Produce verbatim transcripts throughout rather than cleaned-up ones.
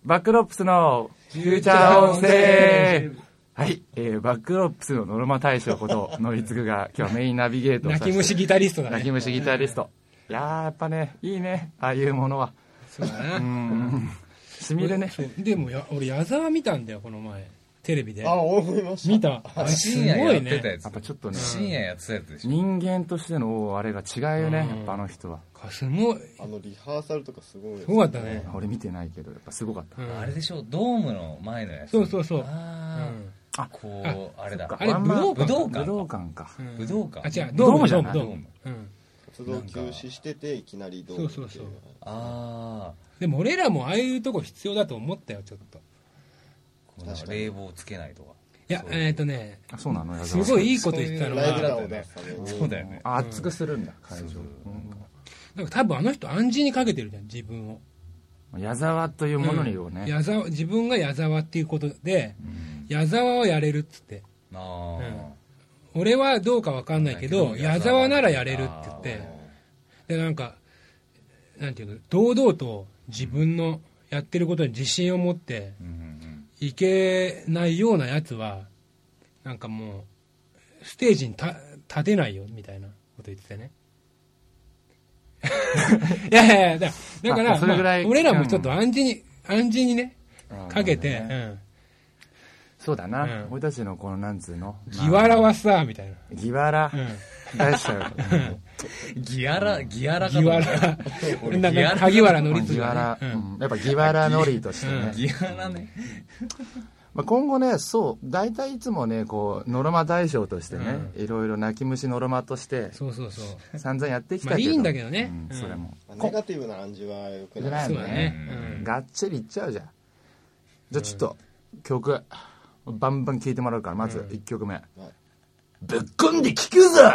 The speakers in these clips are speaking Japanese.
バックドロップスのフューチャー音声。はい、えー、バックドロップスのノルマ大将ことのりつぐが今日はメインナビゲートをさせて。 泣き虫ギタリストだね。 泣き虫ギタリスト。いやーやっぱねいいねああいうものは。 そうだな。うん。しみるね。 でもや俺矢沢見たんだよこの前テレビで。 あ、思いました。 見た。 あ深夜やってたやつ。 やっぱちょっとね。 深夜やってたやつでしょ。 人間としてのあれが違うよね。やっぱあの人は。 すごい。 あのリハーサルとかすごいですね。 すごかったね。 俺見てないけどやっぱすごかった。 うん、あれでしょドームの前のやつ。 そうそうそう。 ああ、うん、こうあれだ。 あれ武道館。 武道館。 武道館か。 武道館。 あ違うドームじゃない。ドーム。うん。 活動休止してていきなりドーム。 そうそうそう。 ああ。 でも俺らもああいうとこ必要だと思ったよちょっと。 確かに冷房つけないとか。 いやえっとね。 あそうなの。 すごいいいこと言ってたのが。 ライブ感を出す。 そうだよね。 熱くするんだ会場。 なんか多分あの人暗示にかけてるじゃん自分を。 矢沢というものにをね、 うん、矢沢自分が矢沢っていうことで、うん、矢沢はやれるっつって、あ、うん、俺はどうか分かんないけど矢沢ならやれるって言ってでなんかなんていうの堂々と自分のやってることに自信を持っていけないようなやつはなんかもうステージにた立てないよみたいなこと言っててねいやいやいやだから、まあ、俺らもちょっと暗示に、暗示にねかけて、うん、 そうだな、うん、俺たちのこのなんつうのギワラはさみたいなギワラ、うん、出しちゃうギアラギアラギワラなんか萩原のりつが、 ね、うん、やっぱギワラのりとしてね、 うん、ギアラねまあ、今後ねそう大体いつもねこうノルマ大賞としてね、うん、いろいろ泣き虫ノルマとしてそうそうそう散々やってきたけど、 まあいいんだけどね、 うん、それも、 まあ、ネガティブな暗示はよくないそうだね、うん、がっちりいっちゃうじゃんじゃあちょっと、うん、曲バンバン聴いてもらうからまずいっきょくめ、うん、ぶっこんで聴くぞ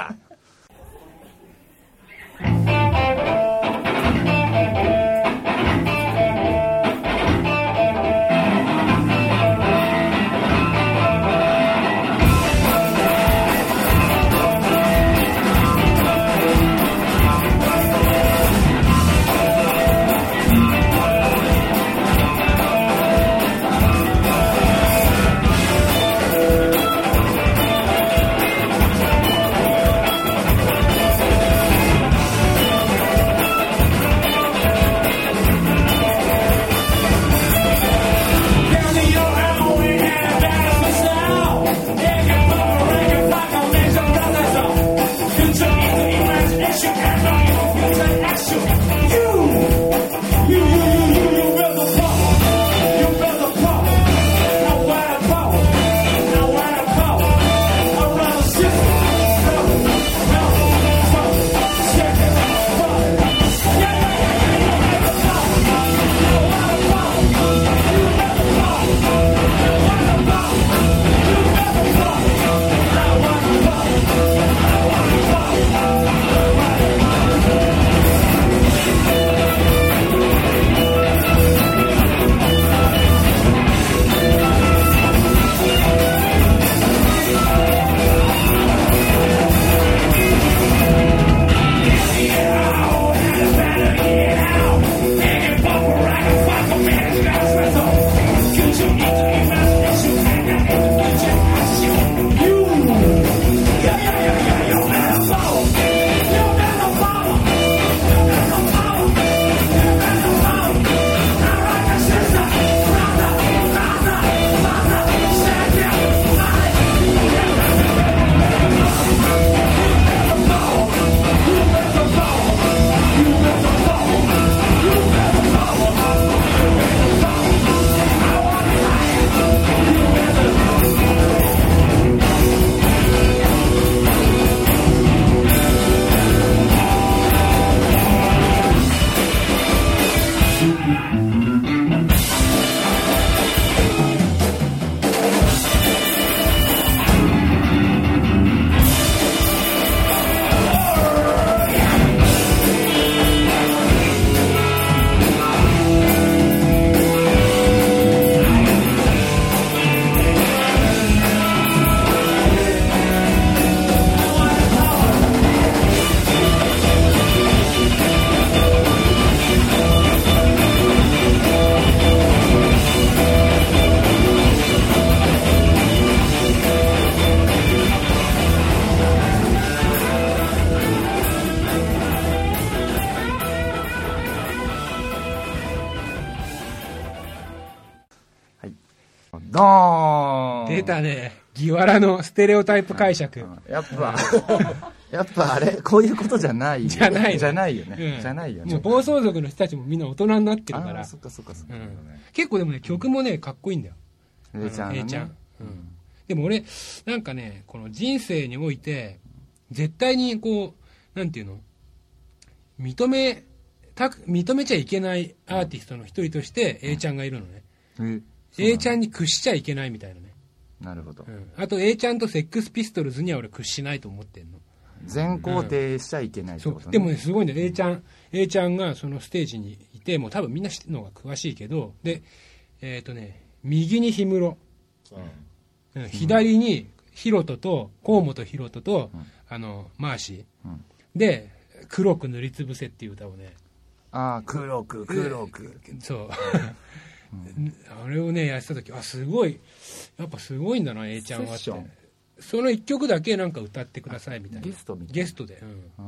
ドーン出たね。ギワラのステレオタイプ解釈。 やっぱやっぱあれこういうことじゃないよじゃないじゃないよね、 うんじゃないよね。 もう暴走族の人たちもみんな大人になってるから。 あーそっかそっかそっか、 うん結構でもね、曲もね、かっこいいんだよ。 A ちゃん、ね、 A ちゃん、うんでも俺なんかね、この人生において絶対にこうなんていうの、認めた認めちゃいけないアーティストの一人として A ちゃんがいるのね。 え A ちゃんに屈しちゃいけないみたいなね。 なるほど、 うん、あと A ちゃんとセックスピストルズには俺屈しないと思ってんの。 全肯定しちゃいけないってことね、 そうでもねすごいんだよ。 A ちゃん A ちゃんがそのステージにいて、もう多分みんな知ってるのが詳しいけど、でえっ、ー、とね右に氷室、うん、左にヒロトと河本ヒロトと、うん、あのマーシー、うん、で黒く塗りつぶせっていう歌をね、 ああ黒く黒くそう、うん、あれをねやってた時、あすごいやっぱすごいんだな A ちゃんはって。その一曲だけなんか歌ってくださいみたいな。 ゲストみたいな。 ゲストで、うん、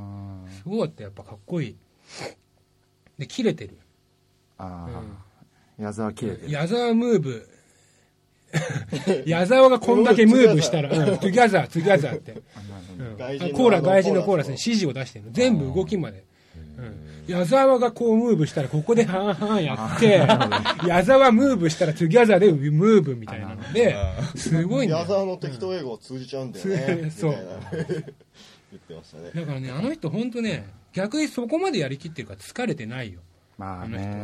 すごかった。やっぱかっこいい。でキレてる。 ああ、うん、矢沢キレてる。 矢沢ムーブ矢沢がこんだけムーブしたらトゥギャザートゥギャザーって、うん、コーラ外人のコーラスに指示を出してるの、全部動きまで、うん、矢沢がこうムーブしたらここでハンハンやって矢沢ムーブしたらトゥギャザーでムーブみたいなのですごいんだよ。 矢沢の適当英語を通じちゃうんだよね、そう言ってましたね。 だからね、あの人本当ね、逆にそこまでやりきってるから疲れてないよ。 まあね、 あの人、うん、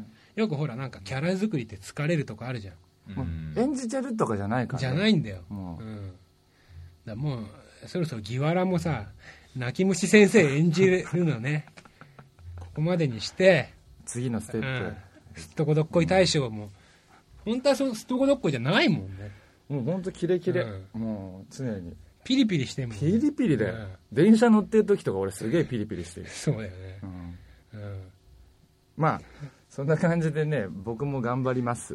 よくほらなんかキャラ作りって疲れるとかあるじゃん。 もう演じてるとかじゃないから、ね、 じゃないんだよ。 もう、 うん、だもうそろそろギワラもさ、泣き虫先生演じるのねここまでにして次のステップ、うん、 すっとこどっこい大将も、うん、本当はそすっとこどっこいじゃないもんね。 もう本当キレキレ、うん、もう常にピリピリしてんもん、ね、 ピリピリだよ、うん、電車乗ってる時とか俺すげえピリピリしてる。 そうだよね、 うんうん、まあそんな感じでね、僕も頑張ります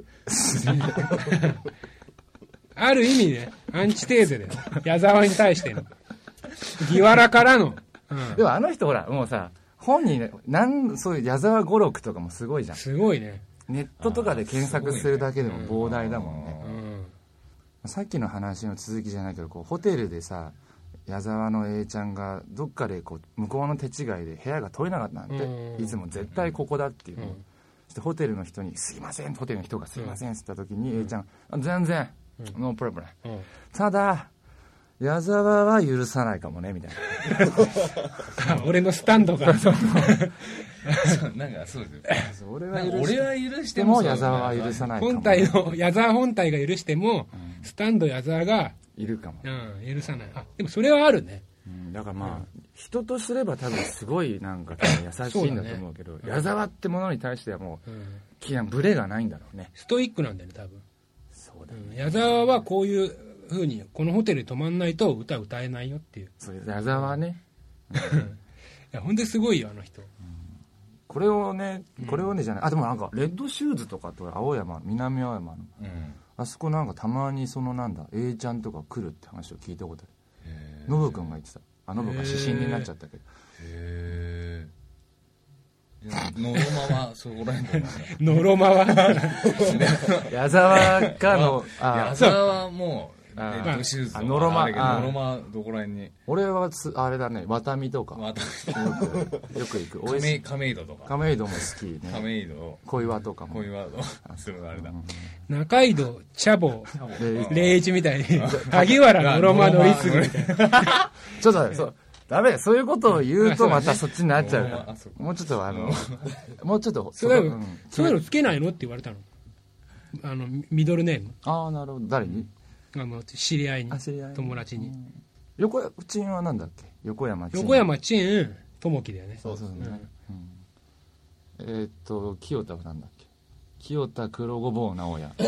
ある意味ね、アンチテーゼで矢沢に対してのギワラからの、 うん、でもあの人ほらもうさ、本に、ね、なんそういう矢沢語録とかもすごいじゃん。 すごいね。 ネットとかで検索するだけでも膨大だもんね、うん、さっきの話の続きじゃないけど、こうホテルでさ、矢沢の A ちゃんがどっかでこう向こうの手違いで部屋が取れなかったなんて、うん、いつも絶対ここだっていうの、うん、そしてホテルの人にすいません、ホテルの人がすいませんって言った時に、うん、A ちゃんあ全然、うん、ノープロブレム、うん、ただ矢沢は許さないかもねみたいな俺のスタンドがそうなんかそうですよ。 俺は許俺は許しても矢沢は許さないかも、ね、 本体の矢沢本体が許しても、うん、スタンド矢沢がいるかも、 うん、許さない。あでもそれはあるね、 うん、だからまあ、うん、人とすれば多分すごいなんか優しいんだと思うけど、ね、矢沢ってものに対してはもう、うん、ブレがないんだろうね。 ストイックなんだよね多分。 そうだね、 うん、矢沢はこういう風にこのホテルに泊まんないと歌歌えないよっていう。 そう矢沢はねいや本当にすごいよあの人、うん、 これをねこれをねじゃない、あでもなんかレッドシューズとかと青山南青山の、うん、あそこなんかたまにそのなんだ A ちゃんとか来るって話を聞いたことある。ノブくんが言ってた。あノブが指針になっちゃったけど。 へーノロマはそこら辺だね。 ノロマは矢沢かの矢沢はもうレッドシューズとかノロマノロマどこら辺に。 俺はつあれだね、ワタミとかよくよく行く。 亀亀戸とか亀戸も好きね。 亀戸小岩とかも小岩とするのあれだ、 うん、中井戸茶坊霊一みたいに萩原ノロマ乗り継ぐみたいなちょっとそうダメ、そういうことを言うとまたそっちになっちゃうから、もうちょっとあのもうちょっとそういうのつけないのって言われたの、あのミドルネーム。 ああなるほど。誰に？ あの知り合いに、友達に。 横山ちんはなんだっけ？横山ちん。 横山ちん友樹だよね。 そうそうね、うん、えー、っと清田はなんだっけ？清田黒ごぼう直哉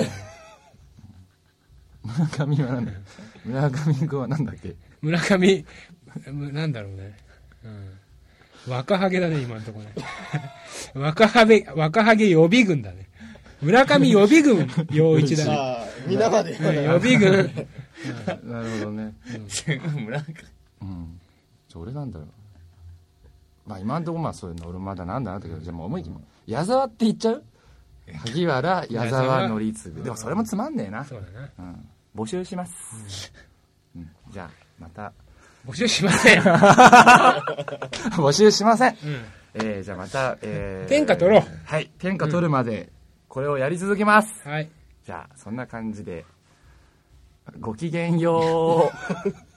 村上はなんだ村上君はなんだっけ？ 村上なんだろうね、うん、若ハゲだね今のところね若ハゲ若ハゲ予備軍だね。村上予備軍陽一だね。 ああ皆まで予備軍なるほどね、 うん、村上うん俺なんだろう、まあ今のところまあそういうノルマだなんだなだけど、じゃあもう思い切り矢沢って言っちゃう？ 萩原矢沢則次。でもそれもつまんねえな。 そうだな、 うん、募集します、うんうん、じゃあまた募集しません募集しません、 うん、 えー、じゃあまた、えー、 天下取ろう。 はい天下取るまでこれをやり続けます、 はい、 じゃあそんな感じでごきげんよう